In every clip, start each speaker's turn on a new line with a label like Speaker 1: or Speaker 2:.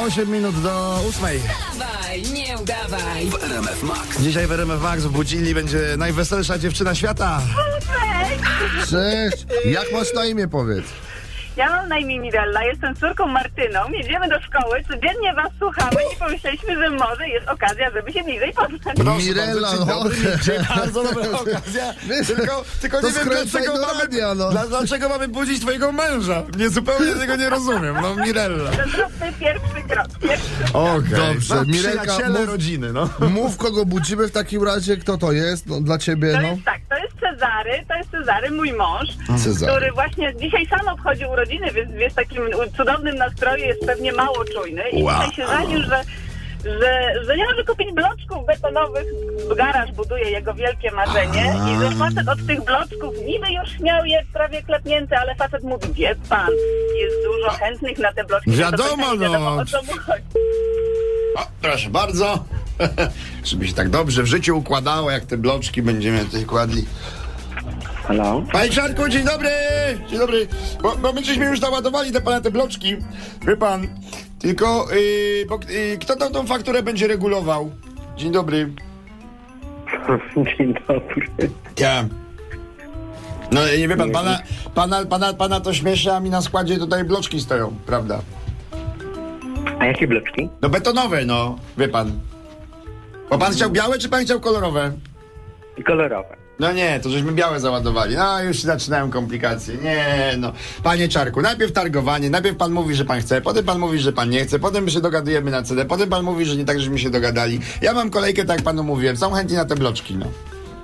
Speaker 1: 8 minut do 8.
Speaker 2: Dawaj, nie udawaj.
Speaker 3: W RMF Max.
Speaker 1: Dzisiaj w RMF Max w Budzili będzie najweselsza dziewczyna świata.
Speaker 4: Cześć! Jak masz na imię, powiedz?
Speaker 5: Ja mam na imię Mirella, jestem córką Martyną, jedziemy do szkoły, codziennie was słuchamy i pomyśleliśmy, że może jest okazja, żeby się bliżej poznać.
Speaker 4: Mirella,
Speaker 1: Bardzo dobra okazja.
Speaker 4: Wiesz,
Speaker 1: Tylko
Speaker 4: to
Speaker 1: nie wiem,
Speaker 4: skręcaj do radia, no.
Speaker 1: dlaczego mamy budzić twojego męża. Nie zupełnie tego nie rozumiem. No Mirella.
Speaker 5: To zróbmy pierwszy krok.
Speaker 1: Okej.
Speaker 4: Dobrze,
Speaker 1: No,
Speaker 4: Mirelka,
Speaker 1: przyjaciele rodziny, no.
Speaker 4: Mów, kogo budzimy w takim razie, kto to jest, no, dla ciebie,
Speaker 5: To
Speaker 4: no.
Speaker 5: jest tak, to jest Cezary, mój mąż,
Speaker 4: Cezary.
Speaker 5: który właśnie dzisiaj sam obchodzi urodziny, więc jest w takim cudownym nastroju, jest pewnie mało czujny i
Speaker 1: Wow.
Speaker 5: dzisiaj się żalił, że nie może kupić bloczków betonowych, garaż buduje jego wielkie marzenie i że facet od tych bloczków niby już miał je prawie klepnięte, ale facet mówi, wie pan, jest dużo chętnych na te bloczki.
Speaker 1: Wiadomo,
Speaker 5: to nie wiadomo,
Speaker 1: no.
Speaker 5: o co mu chodzi.
Speaker 1: O, proszę bardzo. Żeby się tak dobrze w życiu układało, jak te bloczki będziemy tutaj kładli.
Speaker 6: Halo?
Speaker 1: Panie Czarku, dzień dobry! Dzień dobry. Bo my żeśmy już naładowali te bloczki. Wie pan, tylko kto tam tą fakturę będzie regulował? Dzień dobry.
Speaker 6: Dzień dobry.
Speaker 1: Ja. No nie wie pan, pana to śmieszy, a mi na składzie tutaj bloczki stoją, prawda?
Speaker 6: A jakie bloczki?
Speaker 1: No betonowe, no, wie pan. Bo pan chciał białe, czy pan chciał kolorowe?
Speaker 6: Kolorowe.
Speaker 1: No nie, to żeśmy białe załadowali. No już się zaczynają komplikacje. Nie, no. Panie Czarku, najpierw targowanie, najpierw pan mówi, że pan chce, potem pan mówi, że pan nie chce, potem my się dogadujemy na cenę, potem pan mówi, że nie tak, żeśmy się dogadali. Ja mam kolejkę, tak jak panu mówiłem, są chętni na te bloczki, no.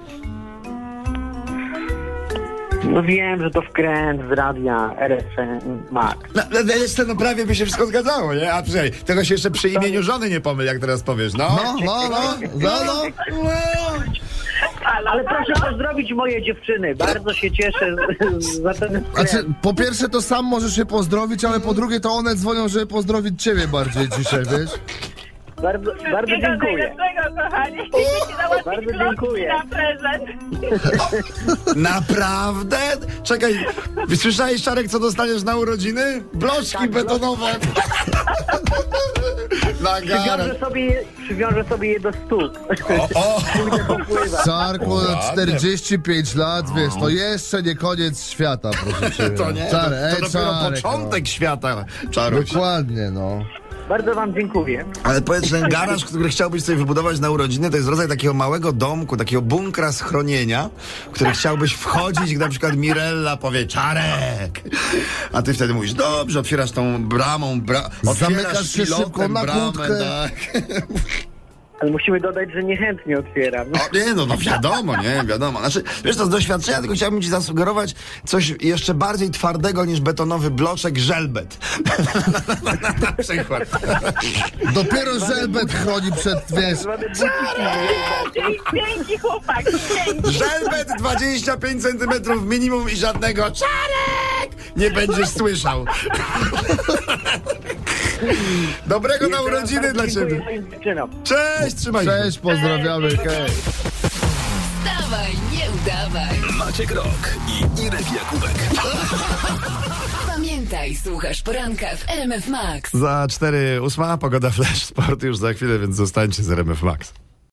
Speaker 6: No wiem, że to wkręt z radia RFM Max.
Speaker 1: No prawie by się wszystko zgadzało, nie? A przynajmniej, tego się jeszcze przy imieniu żony nie pomyl, jak teraz powiesz, no.
Speaker 4: No.
Speaker 6: Ale proszę pozdrowić moje dziewczyny. Bardzo się cieszę za ten
Speaker 4: Znaczy,
Speaker 6: wkręt.
Speaker 4: po pierwsze to sam możesz je pozdrowić, ale po drugie to one dzwonią, żeby pozdrowić ciebie bardziej dzisiaj, wiesz?
Speaker 6: Bardzo
Speaker 5: Wszystkiego
Speaker 6: dziękuję.
Speaker 5: najlepszego, kochani. Idziecie załatwić
Speaker 6: Bardzo
Speaker 5: bloczki
Speaker 6: dziękuję.
Speaker 5: na prezent.
Speaker 1: Naprawdę? Czekaj, słyszałeś, Czarek, co dostaniesz na urodziny? Bloczki betonowe. Na garaż.
Speaker 6: Przywiążę sobie je do stóp.
Speaker 1: O.
Speaker 6: Pójdę popływać.
Speaker 4: Czarku,
Speaker 1: Ładnie.
Speaker 4: 45 lat, wiesz, to jeszcze nie koniec świata, proszę ciebie.
Speaker 1: To nie,
Speaker 4: Czarek,
Speaker 1: to dopiero
Speaker 4: Czarek,
Speaker 1: początek świata, Czaruś.
Speaker 4: Dokładnie, no.
Speaker 6: Bardzo wam dziękuję.
Speaker 1: Ale powiedz, ten garaż, który chciałbyś sobie wybudować na urodziny, to jest rodzaj takiego małego domku, takiego bunkra schronienia, w który chciałbyś wchodzić, gdy na przykład Mirella powie Czarek. A ty wtedy mówisz, dobrze, otwierasz tą bramą,
Speaker 4: Zamykasz się szybko na kłódkę.
Speaker 1: tak.
Speaker 6: Ale musimy dodać, że niechętnie otwieram.
Speaker 1: O, nie, no wiadomo, nie, wiadomo. Znaczy, wiesz, to z doświadczenia, tylko chciałbym ci zasugerować coś jeszcze bardziej twardego niż betonowy bloczek, żelbet. Na przykład.
Speaker 4: Dopiero żelbet chroni przed, wiesz,
Speaker 5: Dzięki chłopak, dzięki.
Speaker 1: Żelbet 25 cm minimum i żadnego Czarek nie będziesz słyszał. Dobrego na urodziny dla ciebie. Cześć, trzymaj się.
Speaker 4: cześć, pozdrawiamy, hej.
Speaker 2: Dawaj, nie udawaj.
Speaker 3: Maciek Rok i Irek Jakubek.
Speaker 2: Pamiętaj, słuchasz poranka w RMF Max.
Speaker 1: Za 4:08 pogoda flash, sport już za chwilę, więc zostańcie z RMF Max.